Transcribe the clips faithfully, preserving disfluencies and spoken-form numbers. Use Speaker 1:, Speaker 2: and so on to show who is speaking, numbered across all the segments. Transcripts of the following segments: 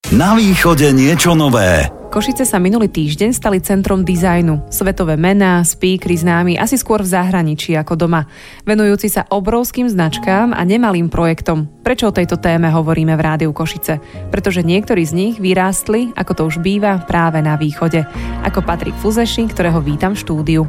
Speaker 1: Na východe niečo nové.
Speaker 2: Košice sa minulý týždeň stali centrom dizajnu. Svetové mená, speakery známi asi skôr v zahraničí ako doma. Venujúci sa obrovským značkám a nemalým projektom. Prečo o tejto téme hovoríme v Rádiu Košice? Pretože niektorí z nich vyrástli, ako to už býva, práve na východe. Ako Patrik Fuzeši, ktorého vítam v štúdiu.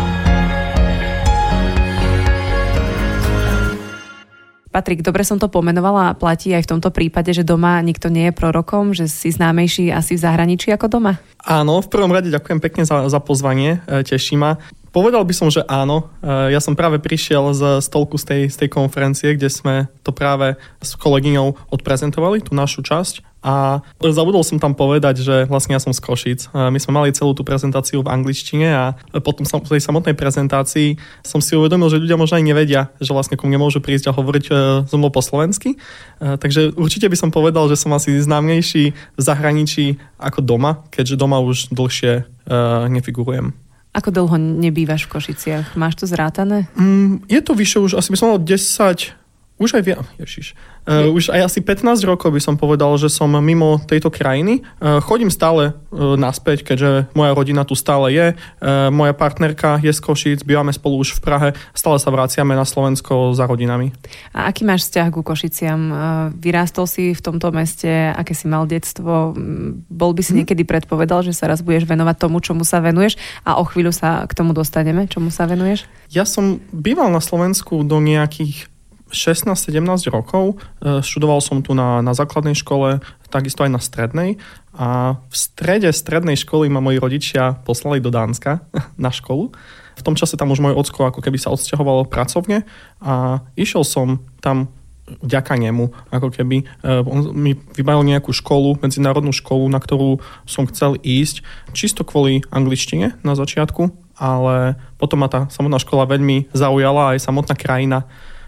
Speaker 2: Patrik, dobre som to pomenovala a platí aj v tomto prípade, že doma nikto nie je prorokom, že si známejší asi v zahraničí ako doma?
Speaker 3: Áno, v prvom rade ďakujem pekne za, za pozvanie, teší ma. Povedal by som, že áno. Ja som práve prišiel z stolku z tej, z tej konferencie, kde sme to práve s kolegyňou odprezentovali, tú našu časť. A zabudol som tam povedať, že vlastne ja som z Košíc. My sme mali celú tú prezentáciu v angličtine a potom v tej samotnej prezentácii som si uvedomil, že ľudia možno aj nevedia, že vlastne ku mne môžu prísť a hovoriť so mnou po slovensky. Takže určite by som povedal, že som asi známejší v zahraničí ako doma, keďže doma už dlhšie nefigurujem.
Speaker 2: Ako dlho nebývaš v Košiciach? Máš to zrátané?
Speaker 3: Mm, je to vyššie už, asi by som mal desať, už aj viac, ježiš. Uh, už aj asi pätnásť rokov by som povedal, že som mimo tejto krajiny. Uh, chodím stále uh, naspäť, keďže moja rodina tu stále je. Uh, moja partnerka je z Košíc, bývame spolu už v Prahe. Stále sa vraciame na Slovensko za rodinami.
Speaker 2: A aký máš vzťah ku Košiciam? Uh, vyrástol si v tomto meste? Aké si mal detstvo? Bol by si hmm. niekedy predpovedal, že sa raz budeš venovať tomu, čomu sa venuješ? A o chvíľu sa k tomu dostaneme. Čomu sa venuješ?
Speaker 3: Ja som býval na Slovensku do nejakých šestnásť sedemnásť rokov. Študoval som tu na, na základnej škole, takisto aj na strednej. A v strede strednej školy ma moji rodičia poslali do Dánska na školu. V tom čase tam už môj ocko ako keby sa odsťahoval pracovne a išiel som tam vďaka nemu, ako keby. On mi vybavil nejakú školu, medzinárodnú školu, na ktorú som chcel ísť, čisto kvôli angličtine na začiatku, ale potom ma tá samotná škola veľmi zaujala, aj samotná krajina.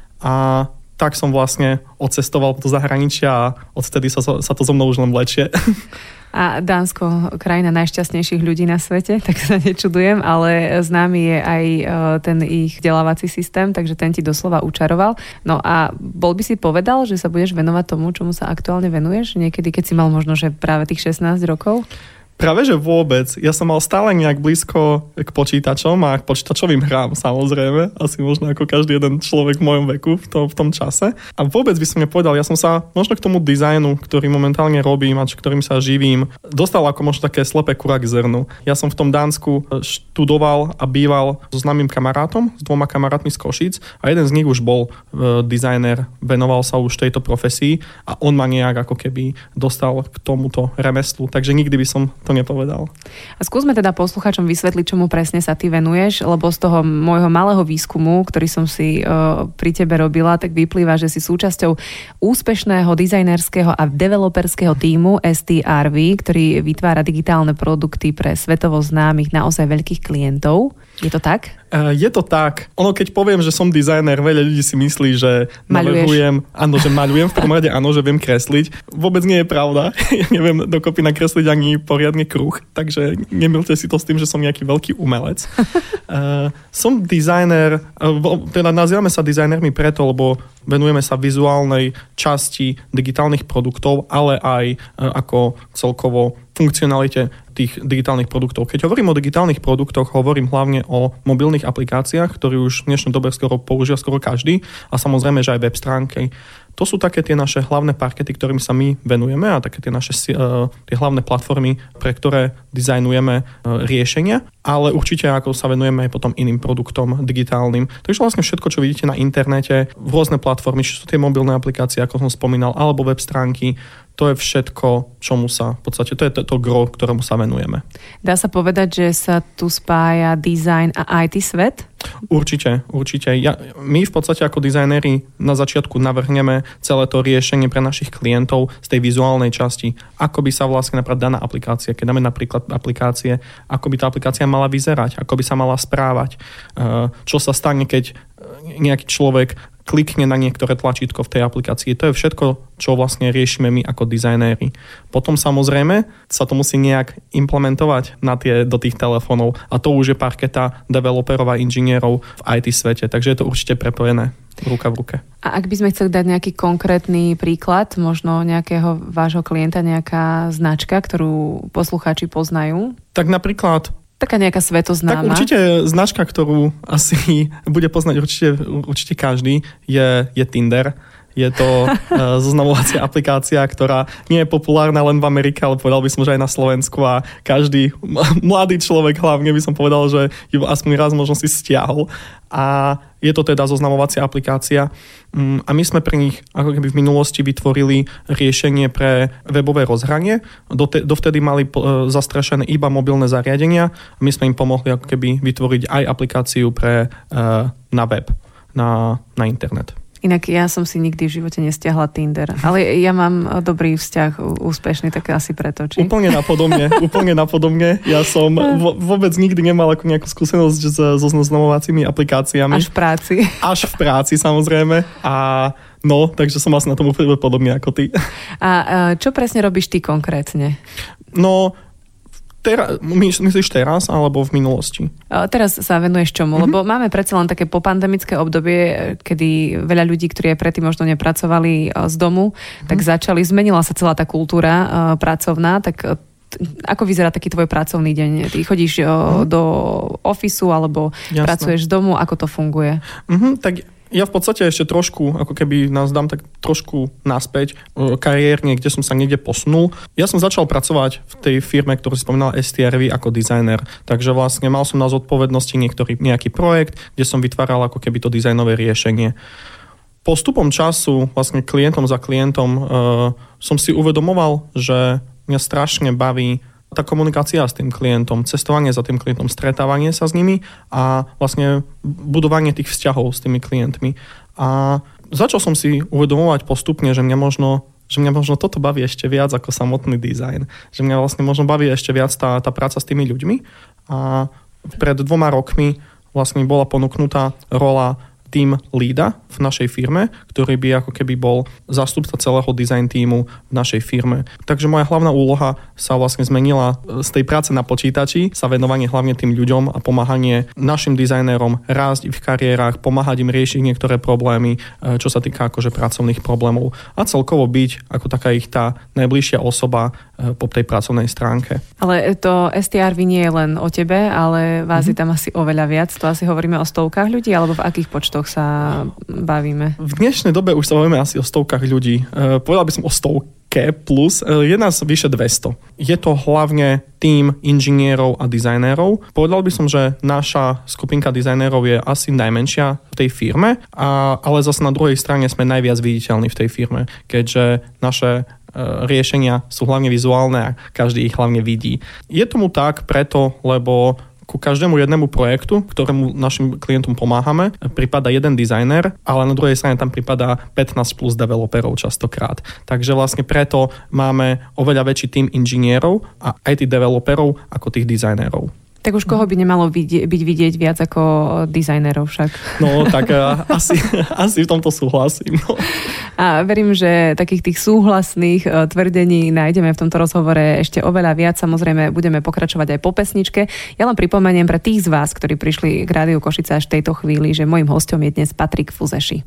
Speaker 3: A tak som vlastne odcestoval do zahraničia a odtedy sa, sa to so mnou už len vlečie.
Speaker 2: A Dánsko, krajina najšťastnejších ľudí na svete, tak sa nečudujem, ale známy je aj ten ich vzdelávací systém, takže ten ti doslova učaroval. No a bol by si povedal, že sa budeš venovať tomu, čomu sa aktuálne venuješ? Niekedy, keď si mal možno, že práve tých šestnásť rokov?
Speaker 3: Práve, že vôbec. Ja som mal stále nejak blízko k počítačom a k počítačovým hrám, samozrejme. Asi možno ako každý jeden človek v mojom veku v tom, v tom čase. A vôbec by som nepovedal, ja som sa možno k tomu dizajnu, ktorý momentálne robím a ktorým sa živím, dostal ako možno také slepé kura k zrnu. Ja som v tom Dánsku študoval a býval so známym kamarátom, s dvoma kamarátmi z Košíc a jeden z nich už bol e, dizajner, venoval sa už tejto profesii a on ma nejak ako keby dostal k tomuto remeslu. Takže nikdy by som to nepovedal.
Speaker 2: A skúsme teda poslucháčom vysvetliť, čomu presne sa ty venuješ, lebo z toho môjho malého výskumu, ktorý som si uh, pri tebe robila, tak vyplýva, že si súčasťou úspešného dizajnerského a developerského tímu es té er vé, ktorý vytvára digitálne produkty pre svetovo známych naozaj veľkých klientov. Je to tak?
Speaker 3: Uh, je to tak. Ono, keď poviem, že som dizajner, veľa ľudí si myslí, že navrhujem, áno, že maľujem, v prvom rade áno, že viem kresliť. Vôbec nie je pravda. Ja neviem dokopy nakresliť ani poriadne kruh, takže nemilte si to s tým, že som nejaký veľký umelec. uh, som dizajner, uh, teda nazývame sa dizajnermi preto, lebo venujeme sa vizuálnej časti digitálnych produktov, ale aj uh, ako celkovo funkcionalite tých digitálnych produktov. Keď hovorím o digitálnych produktoch, hovorím hlavne o mobilných aplikáciách, ktoré už v dnešnej dobe skoro používa skoro každý a samozrejme, že aj web stránky. To sú také tie naše hlavné parkety, ktorým sa my venujeme a také tie naše uh, tie hlavné platformy, pre ktoré dizajnujeme uh, riešenia, ale určite ako sa venujeme aj potom iným produktom digitálnym. Takže vlastne všetko, čo vidíte na internete, rôzne platformy, či sú tie mobilné aplikácie, ako som spomínal, alebo web stránky, to je všetko, čomu sa, v podstate, to je to, to gro, ktorému sa venujeme.
Speaker 2: Dá sa povedať, že sa tu spája design a í té svet?
Speaker 3: Určite, určite. Ja, my v podstate ako dizajneri na začiatku navrhneme celé to riešenie pre našich klientov z tej vizuálnej časti. Ako by sa vlastne napríklad daná aplikácia, keď dáme napríklad aplikácie, ako by tá aplikácia mala vyzerať, ako by sa mala správať, čo sa stane, keď nejaký človek klikne na niektoré tlačítko v tej aplikácii. To je všetko, čo vlastne riešime my ako dizajnéri. Potom samozrejme sa to musí nejak implementovať na tie, do tých telefónov a to už je parketa developerov a inžinierov v í té svete, takže je to určite prepojené ruka v ruke.
Speaker 2: A ak by sme chceli dať nejaký konkrétny príklad, možno nejakého vášho klienta, nejaká značka, ktorú poslucháči poznajú?
Speaker 3: Tak napríklad
Speaker 2: taká nejaká svetoznáma.
Speaker 3: Tak určite značka, ktorú asi bude poznať určite, určite každý, je, je Tinder. Je to uh, zoznamovacia aplikácia, ktorá nie je populárna len v Amerike, ale povedal by som, že aj na Slovensku a každý mladý človek hlavne by som povedal, že ju aspoň raz možno si stiahol. A je to teda zoznamovacia aplikácia a my sme pre nich ako keby v minulosti vytvorili riešenie pre webové rozhranie. Dovtedy mali zastrešené iba mobilné zariadenia a my sme im pomohli ako keby vytvoriť aj aplikáciu pre na web, na, na internet.
Speaker 2: Inak ja som si nikdy v živote nestiahla Tinder, ale ja mám dobrý vzťah úspešný, tak asi preto, či?
Speaker 3: Úplne napodobne, úplne napodobne. Ja som vo, vôbec nikdy nemal ako nejakú skúsenosť so zoznamovacími aplikáciami.
Speaker 2: Až v práci.
Speaker 3: Až v práci, samozrejme. A no, takže som asi na tom úplne podobne ako ty.
Speaker 2: A čo presne robíš ty konkrétne?
Speaker 3: No, Tera, myslíš teraz alebo v minulosti?
Speaker 2: Teraz sa venuješ čomu? Mm-hmm. Lebo máme predsa len také popandemické obdobie, kedy veľa ľudí, ktorí aj predtým možno nepracovali z domu, mm-hmm. tak začali, zmenila sa celá tá kultúra uh, pracovná, tak ako vyzerá taký tvoj pracovný deň? Ty chodíš uh, mm-hmm. do ofisu alebo Jasné. pracuješ z domu? Ako to funguje?
Speaker 3: Mm-hmm, tak ja v podstate ešte trošku, ako keby nás dám tak trošku naspäť kariérne, kde som sa niekde posunul. Ja som začal pracovať v tej firme, ktorú si spomínal es té er vé ako dizajner. Takže vlastne mal som na zodpovednosti niektorý, nejaký projekt, kde som vytváral ako keby to dizajnové riešenie. Postupom času, vlastne klientom za klientom, uh, som si uvedomoval, že mňa strašne baví tá komunikácia s tým klientom, cestovanie za tým klientom, stretávanie sa s nimi a vlastne budovanie tých vzťahov s tými klientmi. A začal som si uvedomovať postupne, že mňa možno, že mňa možno toto baví ešte viac ako samotný dizajn. Že mňa vlastne možno baví ešte viac tá, tá práca s tými ľuďmi. A pred dvoma rokmi vlastne bola ponúknutá rola team lída v našej firme, ktorý by ako keby bol zástupca celého design tímu v našej firme. Takže moja hlavná úloha sa vlastne zmenila z tej práce na počítači, sa venovanie hlavne tým ľuďom a pomáhanie našim dizajnérom rásť v kariérach, pomáhať im riešiť niektoré problémy, čo sa týka akože pracovných problémov a celkovo byť ako taká ich tá najbližšia osoba po tej pracovnej stránke.
Speaker 2: Ale to es té er vé nie je len o tebe, ale vás mm-hmm. je tam asi oveľa viac. To asi hovoríme o stovkách ľudí, alebo v akých počtoch sa bavíme?
Speaker 3: V dnešnej dobe už sa bavíme asi o stovkách ľudí. E, povedal by som o stovke plus. E, je nás vyše dvesto. Je to hlavne tím inžinierov a dizajnérov. Povedal by som, že naša skupinka dizajnérov je asi najmenšia v tej firme, a, ale zase na druhej strane sme najviac viditeľní v tej firme, keďže naše riešenia sú hlavne vizuálne a každý ich hlavne vidí. Je tomu tak preto, lebo ku každému jednému projektu, ktorému našim klientom pomáhame, pripadá jeden dizajner, ale na druhej strane tam pripadá pätnásť plus developerov častokrát. Takže vlastne preto máme oveľa väčší tím inžinierov a aj tých developerov ako tých dizajnerov.
Speaker 2: Tak už koho by nemalo vidie, byť vidieť viac ako dizajnerov však?
Speaker 3: No, tak uh, asi, asi v tomto súhlasím. No.
Speaker 2: A verím, že takých tých súhlasných uh, tvrdení nájdeme v tomto rozhovore ešte oveľa viac. Samozrejme, budeme pokračovať aj po pesničke. Ja len pripomeniem pre tých z vás, ktorí prišli k Rádiu Košice až v tejto chvíli, že môjim hosťom je dnes Patrik Fuzeši.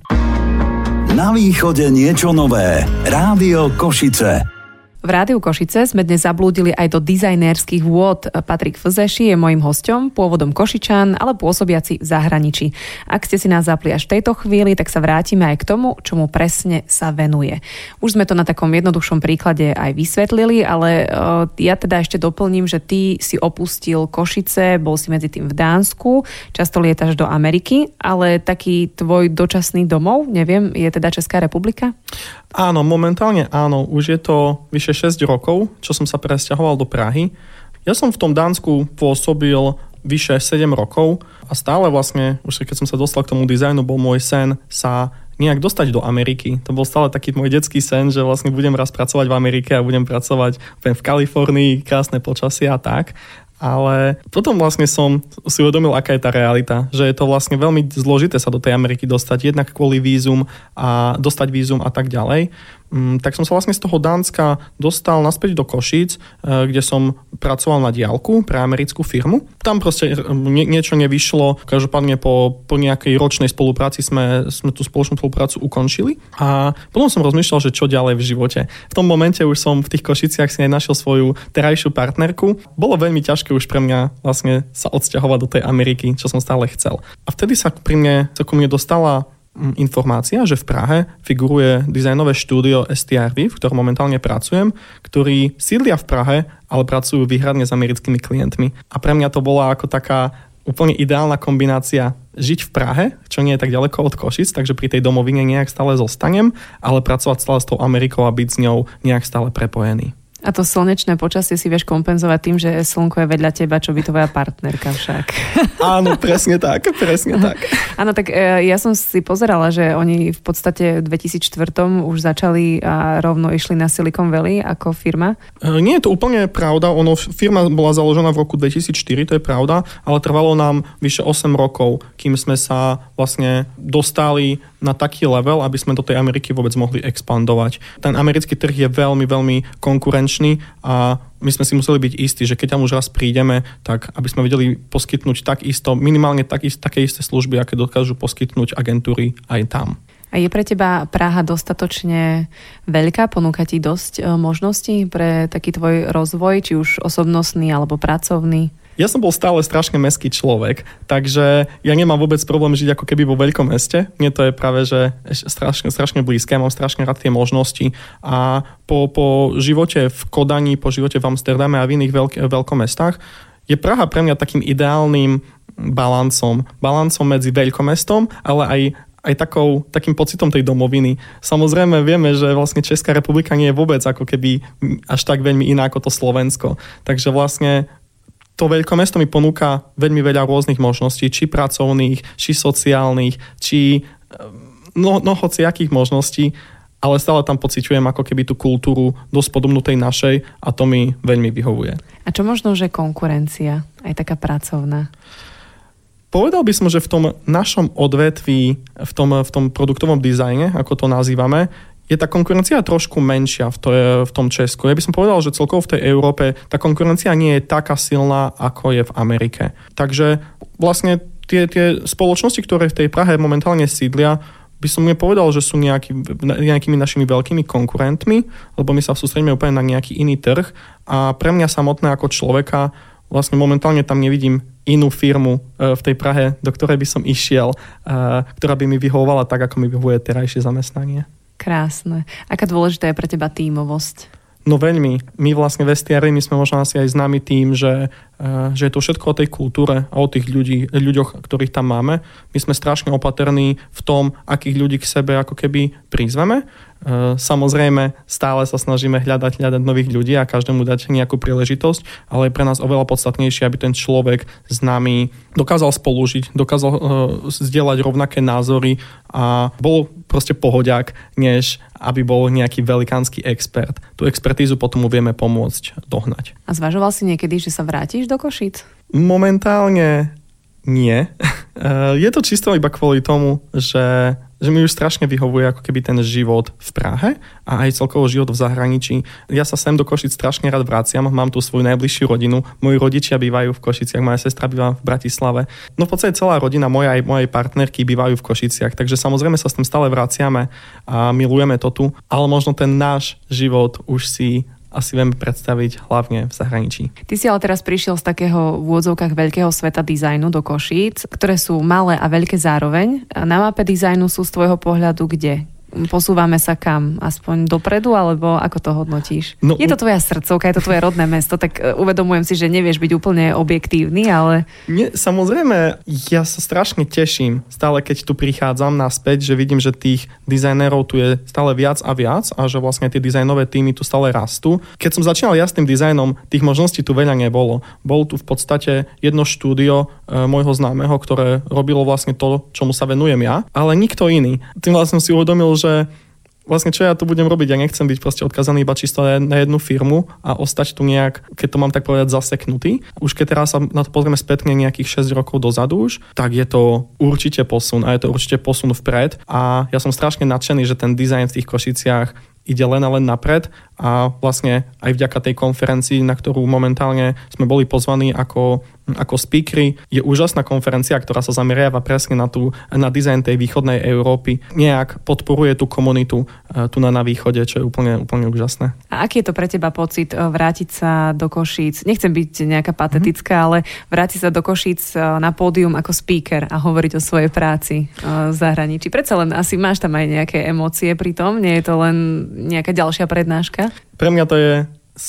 Speaker 1: Na východe niečo nové. Rádio Košice.
Speaker 2: V Rádiu Košice sme dnes zablúdili aj do dizajnérskych vôd. Patrik Fuzeši je môjim hosťom, pôvodom Košičan, ale pôsobiaci v zahraničí. Ak ste si nás zapli až v tejto chvíli, tak sa vrátime aj k tomu, čomu presne sa venuje. Už sme to na takom jednoduchšom príklade aj vysvetlili, ale uh, ja teda ešte doplním, že ty si opustil Košice, bol si medzi tým v Dánsku, často lietaš do Ameriky, ale taký tvoj dočasný domov, neviem, je teda Česká republika?
Speaker 3: Áno, momentálne áno. Už je to vyše šesť rokov, čo som sa presťahoval do Prahy. Ja som v tom Dánsku pôsobil vyše sedem rokov a stále vlastne, už keď som sa dostal k tomu dizajnu, bol môj sen sa nejak dostať do Ameriky. To bol stále taký môj detský sen, že vlastne budem raz pracovať v Amerike a budem pracovať v Kalifornii, krásne počasie a tak. Ale potom vlastne som si uvedomil, aká je tá realita, že je to vlastne veľmi zložité sa do tej Ameriky dostať, jednak kvôli vízum a dostať vízum a tak ďalej. Tak som sa vlastne z toho Dánska dostal naspäť do Košíc, kde som pracoval na diaľku pre americkú firmu. Tam proste nie, niečo nevyšlo, každopádne po, po nejakej ročnej spolupráci sme, sme tú spoločnú spoluprácu ukončili a potom som rozmýšľal, že čo ďalej v živote. V tom momente už som v tých Košiciach si aj našiel svoju terajšiu partnerku. Bolo veľmi ťažké už pre mňa vlastne sa odsťahovať do tej Ameriky, čo som stále chcel. A vtedy sa pri mne, sa ku mne dostala informácia, že v Prahe figuruje dizajnové štúdio es té er vé, v ktorom momentálne pracujem, ktorí sídlia v Prahe, ale pracujú výhradne s americkými klientmi. A pre mňa to bola ako taká úplne ideálna kombinácia žiť v Prahe, čo nie je tak ďaleko od Košic, takže pri tej domovine nejak stále zostanem, ale pracovať stále s tou Amerikou a byť s ňou nejak stále prepojený.
Speaker 2: A to slnečné počasie si vieš kompenzovať tým, že slnko je vedľa teba, čo by tvoja partnerka však.
Speaker 3: Áno, presne tak, presne tak.
Speaker 2: Áno, tak e, ja som si pozerala, že oni v podstate v dvetisícštyri už začali a rovno išli na Silicon Valley ako firma.
Speaker 3: E, nie je to úplne pravda, ono, firma bola založená v roku dvetisícštyri, to je pravda, ale trvalo nám vyše osem rokov, kým sme sa vlastne dostali na taký level, aby sme do tej Ameriky vôbec mohli expandovať. Ten americký trh je veľmi, veľmi konkurenčný a my sme si museli byť istí, že keď tam už raz prídeme, tak aby sme vedeli poskytnúť tak isto, minimálne tak ist, také isté služby, aké dokážu poskytnúť agentúry aj tam.
Speaker 2: A je pre teba Praha dostatočne veľká? Ponúka ti dosť možností pre taký tvoj rozvoj, či už osobnostný alebo pracovný?
Speaker 3: Ja som bol stále strašne mestský človek, takže ja nemám vôbec problém žiť ako keby vo veľkom meste. Mne to je práve, že strašne, strašne blízke, mám strašne rád tie možnosti a po, po živote v Kodani, po živote v Amsterdame a v iných veľk, veľkomestách je Praha pre mňa takým ideálnym balancom. Balancom medzi veľkomestom, ale aj aj takou, takým pocitom tej domoviny. Samozrejme vieme, že vlastne Česká republika nie je vôbec ako keby až tak veľmi iná ako to Slovensko. Takže vlastne to veľkomesto mi ponúka veľmi veľa rôznych možností, či pracovných, či sociálnych, či no, no hociakých možností, ale stále tam pociťujem ako keby tú kultúru dosť podobnú tej našej a to mi veľmi vyhovuje.
Speaker 2: A čo možno, že konkurencia, aj taká pracovná?
Speaker 3: Povedal by som, že v tom našom odvetví, v tom, v tom produktovom dizajne, ako to nazývame, je tá konkurencia trošku menšia v, to, v tom Česku. Ja by som povedal, že celkovo v tej Európe tá konkurencia nie je taká silná, ako je v Amerike. Takže vlastne tie, tie spoločnosti, ktoré v tej Prahe momentálne sídlia, by som nepovedal, že sú nejaký, nejakými našimi veľkými konkurentmi, lebo my sa sústredíme úplne na nejaký iný trh a pre mňa samotné ako človeka vlastne momentálne tam nevidím inú firmu v tej Prahe, do ktorej by som išiel, ktorá by mi vyhovovala tak, ako mi vyhovuje terajšie zamestnanie.
Speaker 2: Krásne. Aká dôležitá je pre teba tímovosť?
Speaker 3: No veľmi. My vlastne v es té er my sme možno asi aj známi tým, že, že je to všetko o tej kultúre a o tých ľudí, ľuďoch, ktorých tam máme. My sme strašne opatrní v tom, akých ľudí k sebe ako keby prizveme. Samozrejme, stále sa snažíme hľadať, hľadať nových ľudí a každému dať nejakú príležitosť, ale je pre nás oveľa podstatnejšie, aby ten človek s nami dokázal spolužiť, dokázal uh, zdieľať rovnaké názory a bol proste pohodiak, než aby bol nejaký velikánsky expert. Tú expertízu potom mu vieme pomôcť dohnať.
Speaker 2: A zvažoval si niekedy, že sa vrátiš do Košíc?
Speaker 3: Momentálne nie. Je to čisto iba kvôli tomu, že že mi už strašne vyhovuje ako keby ten život v Prahe a aj celkovo život v zahraničí. Ja sa sem do Košic strašne rád vraciam, mám tu svoju najbližšiu rodinu, moji rodičia bývajú v Košiciach, moja sestra býva v Bratislave. No v podstate celá rodina moja aj mojej partnerky bývajú v Košiciach, takže samozrejme sa s tým stále vraciame a milujeme to tu, ale možno ten náš život už si asi vieme predstaviť hlavne v zahraničí.
Speaker 2: Ty si ale teraz prišiel z takého v úvodzovkách veľkého sveta dizajnu do Košíc, ktoré sú malé a veľké zároveň. Na mape dizajnu sú z tvojho pohľadu kde? Posúvame sa kam? Aspoň dopredu, alebo ako to hodnotíš? No, je to tvoja srdcovka, je to tvoje rodné mesto, tak uvedomujem si, že nevieš byť úplne objektívny, ale...
Speaker 3: Nie, samozrejme, ja sa strašne teším stále, keď tu prichádzam naspäť, že vidím, že tých dizajnérov tu je stále viac a viac a že vlastne tie dizajnové týmy tu stále rastú. Keď som začínal ja s tým dizajnom, tých možností tu veľa nebolo. Bol tu v podstate jedno štúdio e, môjho známeho, ktoré robilo vlastne to, čomu sa venujem ja, ale nikto iný. Tým vlastne som si uvedomil, že vlastne čo ja tu budem robiť, ja nechcem byť proste odkazaný iba čisto na jednu firmu a ostať tu nejak, keď to mám tak povedať, zaseknutý. Už keď teraz sa na to pozrieme spätne nejakých šesť rokov dozadu už, tak je to určite posun a je to určite posun vpred a ja som strašne nadšený, že ten dizajn v tých Košiciach ide len a len napred a vlastne aj vďaka tej konferencii, na ktorú momentálne sme boli pozvaní ako, ako speakery, je úžasná konferencia, ktorá sa zameriava presne na, tú, na dizajn tej východnej Európy. Nejak podporuje tú komunitu tu na, na východe, čo je úplne, úplne úžasné.
Speaker 2: A aký je to pre teba pocit vrátiť sa do Košíc? Nechcem byť nejaká patetická, mm-hmm. ale vrátiť sa do Košíc na pódium ako speaker a hovoriť o svojej práci v zahraničí. Predsa len asi máš tam aj nejaké emócie pri tom, nie je to len nejaká ďalšia prednáška?
Speaker 3: Pre mňa to je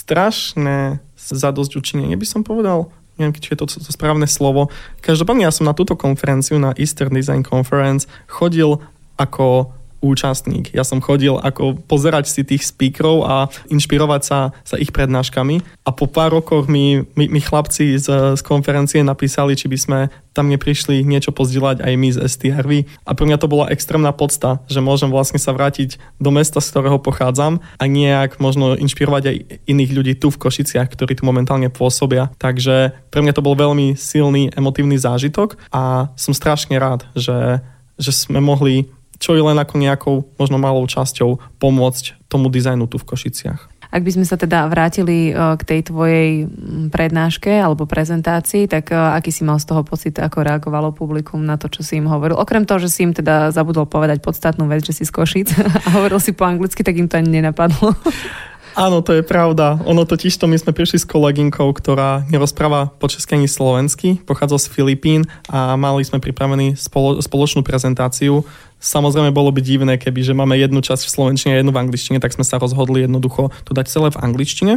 Speaker 3: strašné zadosť učinenie, by som povedal. Neviem, či je to, to správne slovo. Každopádne ja som na túto konferenciu, na Eastern Design Conference, chodil ako účastník. Ja som chodil ako pozerať si tých speakerov a inšpirovať sa, sa ich prednáškami. A po pár rokoch mi, mi, mi chlapci z, z konferencie napísali, či by sme tam neprišli niečo pozdieľať aj my z es té er vé. A pre mňa to bola extrémna podsta, že môžem vlastne sa vrátiť do mesta, z ktorého pochádzam a nejak možno inšpirovať aj iných ľudí tu v Košiciach, ktorí tu momentálne pôsobia. Takže pre mňa to bol veľmi silný emotívny zážitok a som strašne rád, že, že sme mohli čo je len ako nejakou možno malou časťou pomôcť tomu dizajnu tu v Košiciach.
Speaker 2: Ak by sme sa teda vrátili k tej tvojej prednáške alebo prezentácii, tak aký si mal z toho pocit, ako reagovalo publikum na to, čo si im hovoril? Okrem toho, že si im teda zabudol povedať podstatnú vec, že si z Košíc a hovoril si po anglicky, tak im to ani nenapadlo.
Speaker 3: Áno, to je pravda. Ono totiž to, my sme prišli s kolegynkou, ktorá nerozpráva po česky ani slovensky, pochádza z Filipín a mali sme pripravený spolo, spoločnú prezentáciu. Samozrejme bolo by divné, keby že máme jednu časť v slovenčine a jednu v angličtine, tak sme sa rozhodli jednoducho to dať celé v angličtine.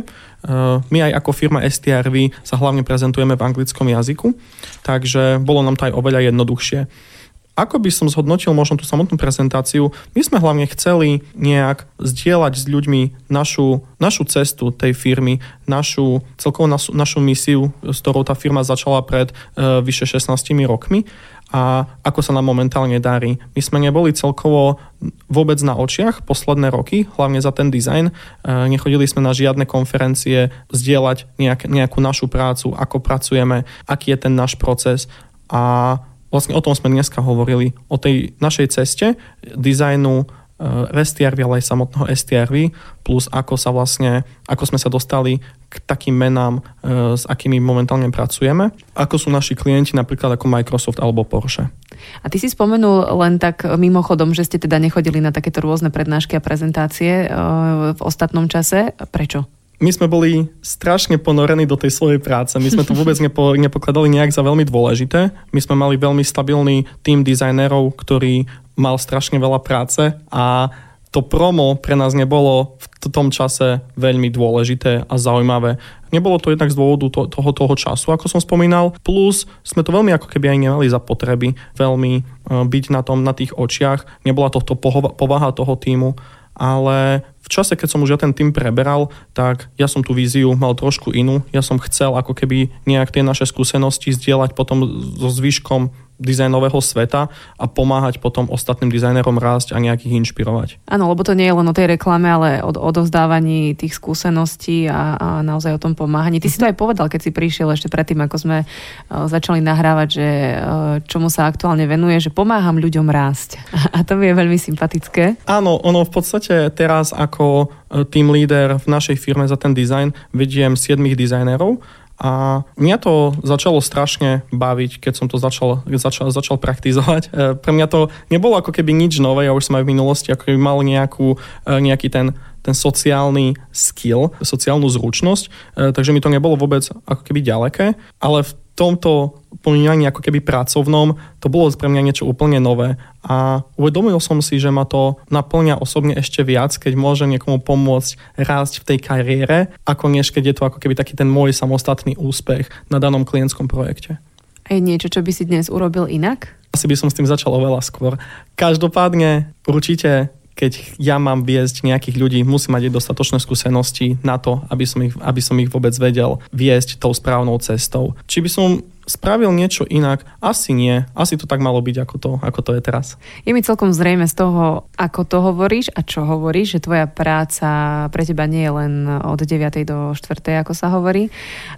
Speaker 3: My aj ako firma es té er vé sa hlavne prezentujeme v anglickom jazyku, takže bolo nám to aj oveľa jednoduchšie. Ako by som zhodnotil možno tú samotnú prezentáciu, my sme hlavne chceli nejak zdieľať s ľuďmi našu, našu cestu tej firmy, našu, celkovo našu, našu misiu, s ktorou tá firma začala pred e, vyše šestnástimi rokmi a ako sa nám momentálne darí. My sme neboli celkovo vôbec na očiach posledné roky, hlavne za ten dizajn. E, nechodili sme na žiadne konferencie zdieľať nejak, nejakú našu prácu, ako pracujeme, aký je ten náš proces a vlastne o tom sme dneska hovorili, o tej našej ceste dizajnu es té er vé, ale aj samotného es té er vé, plus ako sa vlastne, ako sme sa dostali k takým menám, s akými momentálne pracujeme, ako sú naši klienti, napríklad ako Microsoft alebo Porsche.
Speaker 2: A ty si spomenul len tak mimochodom, že ste teda nechodili na takéto rôzne prednášky a prezentácie v ostatnom čase. Prečo?
Speaker 3: My sme boli strašne ponorení do tej svojej práce. My sme to vôbec nepo, nepokladali nejak za veľmi dôležité. My sme mali veľmi stabilný tím dizajnérov, ktorý mal strašne veľa práce a to promo pre nás nebolo v tom čase veľmi dôležité a zaujímavé. Nebolo to jednak z dôvodu to, toho, toho času, ako som spomínal, plus sme to veľmi ako keby aj nemali za potreby veľmi byť na tom, na tých očiach. Nebola to, to povaha toho tímu, ale v čase, keď som už ja ten tým preberal, tak ja som tú víziu mal trošku inú. Ja som chcel ako keby nejak tie naše skúsenosti zdieľať potom so zvyškom dizajnového sveta a pomáhať potom ostatným dizajnerom rásť a nejak ich inšpirovať.
Speaker 2: Áno, lebo to nie je len o tej reklame, ale o odovzdávaní tých skúseností a, a naozaj o tom pomáhaní. Ty mm-hmm. si to aj povedal, keď si prišiel ešte predtým, ako sme uh, začali nahrávať, že uh, čomu sa aktuálne venuje, že pomáham ľuďom rásť. A to mi je veľmi sympatické.
Speaker 3: Áno, ono v podstate teraz ako team leader v našej firme za ten dizajn vediem siedmich dizajnerov. A mňa to začalo strašne baviť, keď som to začal, začal, začal praktizovať. Pre mňa to nebolo ako keby nič nové, ja už som aj v minulosti ako keby mal nejakú, nejaký ten, ten sociálny skill, sociálnu zručnosť, takže mi to nebolo vôbec ako keby ďaleké, ale v tomto pomínaní ako keby pracovnom to bolo pre mňa niečo úplne nové a uvedomil som si, že ma to naplňa osobne ešte viac, keď môžem niekomu pomôcť rásť v tej kariére, ako než keď je to ako keby taký ten môj samostatný úspech na danom klientskom projekte.
Speaker 2: A je niečo, čo by si dnes urobil inak?
Speaker 3: Asi by som s tým začal oveľa skôr. Každopádne určite keď ja mám viesť nejakých ľudí, musím mať dostatočné skúsenosti na to, aby som ich, aby som ich vôbec vedel viesť tou správnou cestou. Či by som spravil niečo inak? Asi nie. Asi to tak malo byť, ako to, ako to je teraz.
Speaker 2: Je mi celkom zrejme z toho, ako to hovoríš a čo hovoríš, že tvoja práca pre teba nie je len od deviatej do štvrtej, ako sa hovorí,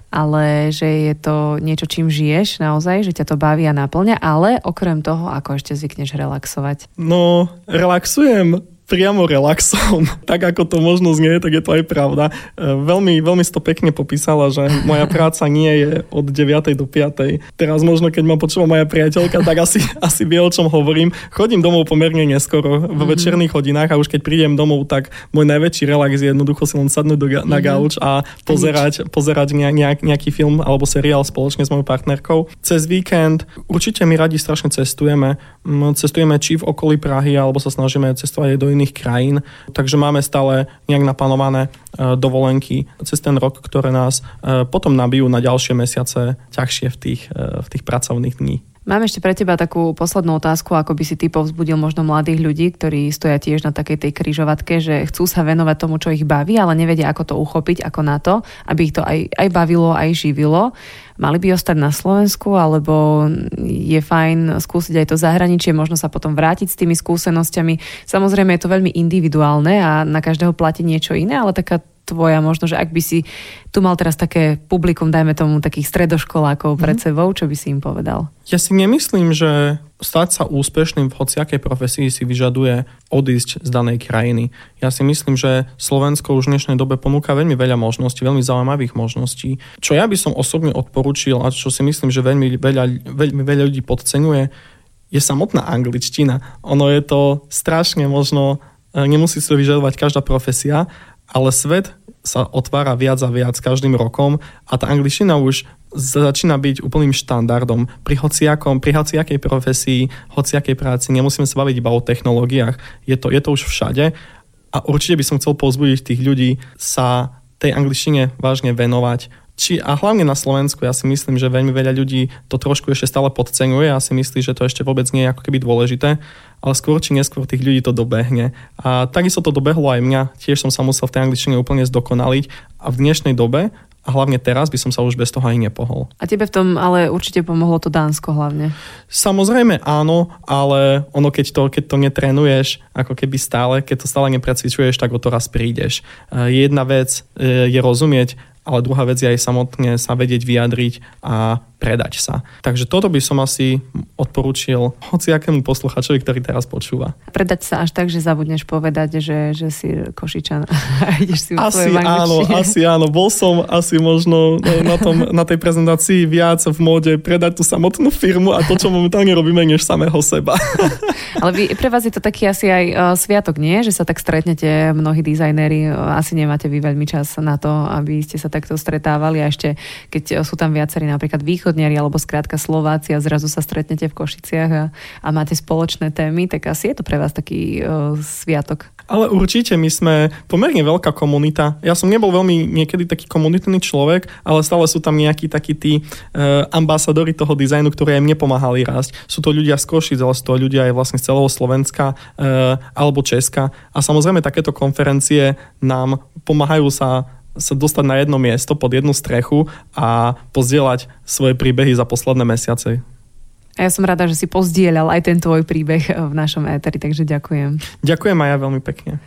Speaker 2: ale že je to niečo, čím žiješ naozaj, že ťa to baví a naplňa, ale okrem toho, ako ešte zvykneš relaxovať?
Speaker 3: No, relaxujem priamo relaxom. Tak ako to možno znie, tak je to aj pravda. Veľmi, veľmi si to pekne popísala, že moja práca nie je od deviatej do piatej. Teraz možno, keď ma počúva moja priateľka, tak asi, asi vie, o čom hovorím. Chodím domov pomerne neskoro, v mm-hmm. večerných hodinách a už keď prídem domov, tak môj najväčší relax je jednoducho si len sadnúť do, na gauč a pozerať, pozerať nejak, nejaký film alebo seriál spoločne s mojou partnerkou. Cez víkend určite my radi strašne cestujeme. Cestujeme či v okolí Prahy, alebo sa snažíme cestovať aj do iných krajín, takže máme stále nejak naplánované dovolenky cez ten rok, ktoré nás potom nabijú na ďalšie mesiace ťažšie v tých, v tých pracovných dní.
Speaker 2: Mám ešte pre teba takú poslednú otázku, ako by si ty povzbudil možno mladých ľudí, ktorí stoja tiež na takej tej križovatke, že chcú sa venovať tomu, čo ich baví, ale nevedia, ako to uchopiť, ako na to, aby ich to aj, aj bavilo, aj živilo. Mali by ostať na Slovensku, alebo je fajn skúsiť aj to zahraničie, možno sa potom vrátiť s tými skúsenosťami. Samozrejme je to veľmi individuálne a na každého platí niečo iné, ale taká tvoja možno, že ak by si tu mal teraz také publikum, dajme tomu takých stredoškolákov pred sebou, čo by si im povedal?
Speaker 3: Ja si nemyslím, že stať sa úspešným v hociakej profesii si vyžaduje odísť z danej krajiny. Ja si myslím, že Slovensko už v dnešnej dobe ponúka veľmi veľa možností, veľmi zaujímavých možností. Čo ja by som osobne odporučil a čo si myslím, že veľmi veľa, veľmi veľa ľudí podceňuje, je samotná angličtina. Ono je to strašne možno, nemusí si to vyžadovať každá profesia, ale svet sa otvára viac a viac každým rokom a tá angličtina už začína byť úplným štandardom. Pri hociakom, pri hociakej profesii, hociakej práci nemusíme sa baviť iba o technológiách. Je to, je to už všade a určite by som chcel povzbudiť tých ľudí sa tej angličtine vážne venovať. Či, a hlavne na Slovensku, ja si myslím, že veľmi veľa ľudí to trošku ešte stále podceňuje a si myslí, že to ešte vôbec nie je ako keby dôležité, ale skôr či neskôr tých ľudí to dobehne. A takisto to dobehlo aj mňa, tiež som sa musel v tej angličtine úplne zdokonaliť a v dnešnej dobe, a hlavne teraz by som sa už bez toho aj nepohol.
Speaker 2: A tebe v tom ale určite pomohlo to Dánsko hlavne.
Speaker 3: Samozrejme áno, ale ono keď to, keď to netrénuješ, ako keby stále, keď to stále neprecvičuješ, tak o to raz prídeš. Jedna vec je rozumieť, ale druhá vec je aj samotne sa vedieť vyjadriť a predať sa. Takže toto by som asi odporúčil hociakému posluchačovi, ktorý teraz počúva.
Speaker 2: Predať sa až tak, že zabudneš povedať, že, že si Košičan a ideš si v
Speaker 3: asi áno, asi áno. Bol som asi možno na, tom, na tej prezentácii viac v móde predať tú samotnú firmu a to, čo momentálne robíme, než samého seba.
Speaker 2: Ale vy, pre vás je to taký asi aj uh, sviatok, nie? Že sa tak stretnete, mnohí dizajnéri, uh, asi nemáte vy veľmi čas na to, aby ste sa takto stretávali a ešte keď sú tam viacerí napríklad východniari alebo skrátka Slováci a zrazu sa stretnete v Košiciach a, a máte spoločné témy, tak asi je to pre vás taký uh, sviatok.
Speaker 3: Ale určite my sme pomerne veľká komunita. Ja som nebol veľmi niekedy taký komunitný človek, ale stále sú tam nejakí takí tí uh, ambasadori toho dizajnu, ktorí aj mne pomáhali rásť. Sú to ľudia z Košic, ale sú to ľudia aj vlastne z celého Slovenska uh, alebo Česka. A samozrejme takéto konferencie nám pomáhajú sa sa dostať na jedno miesto, pod jednu strechu a pozdieľať svoje príbehy za posledné mesiace.
Speaker 2: A ja som rada, že si pozdieľal aj ten tvoj príbeh v našom éteri, takže ďakujem.
Speaker 3: Ďakujem aj ja veľmi pekne.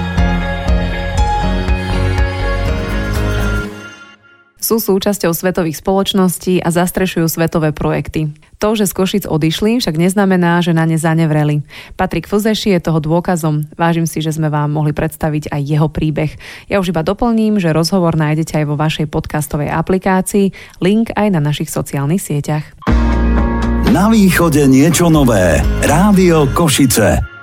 Speaker 2: Sú súčasťou svetových spoločností a zastrešujú svetové projekty. To, že z Košic odišli, však neznamená, že na ne zanevreli. Patrik Flzeši je toho dôkazom. Vážim si, že sme vám mohli predstaviť aj jeho príbeh. Ja už iba doplním, že rozhovor nájdete aj vo vašej podcastovej aplikácii, link aj na našich sociálnych sieťach.
Speaker 1: Na východe niečo nové. Rádio Košice.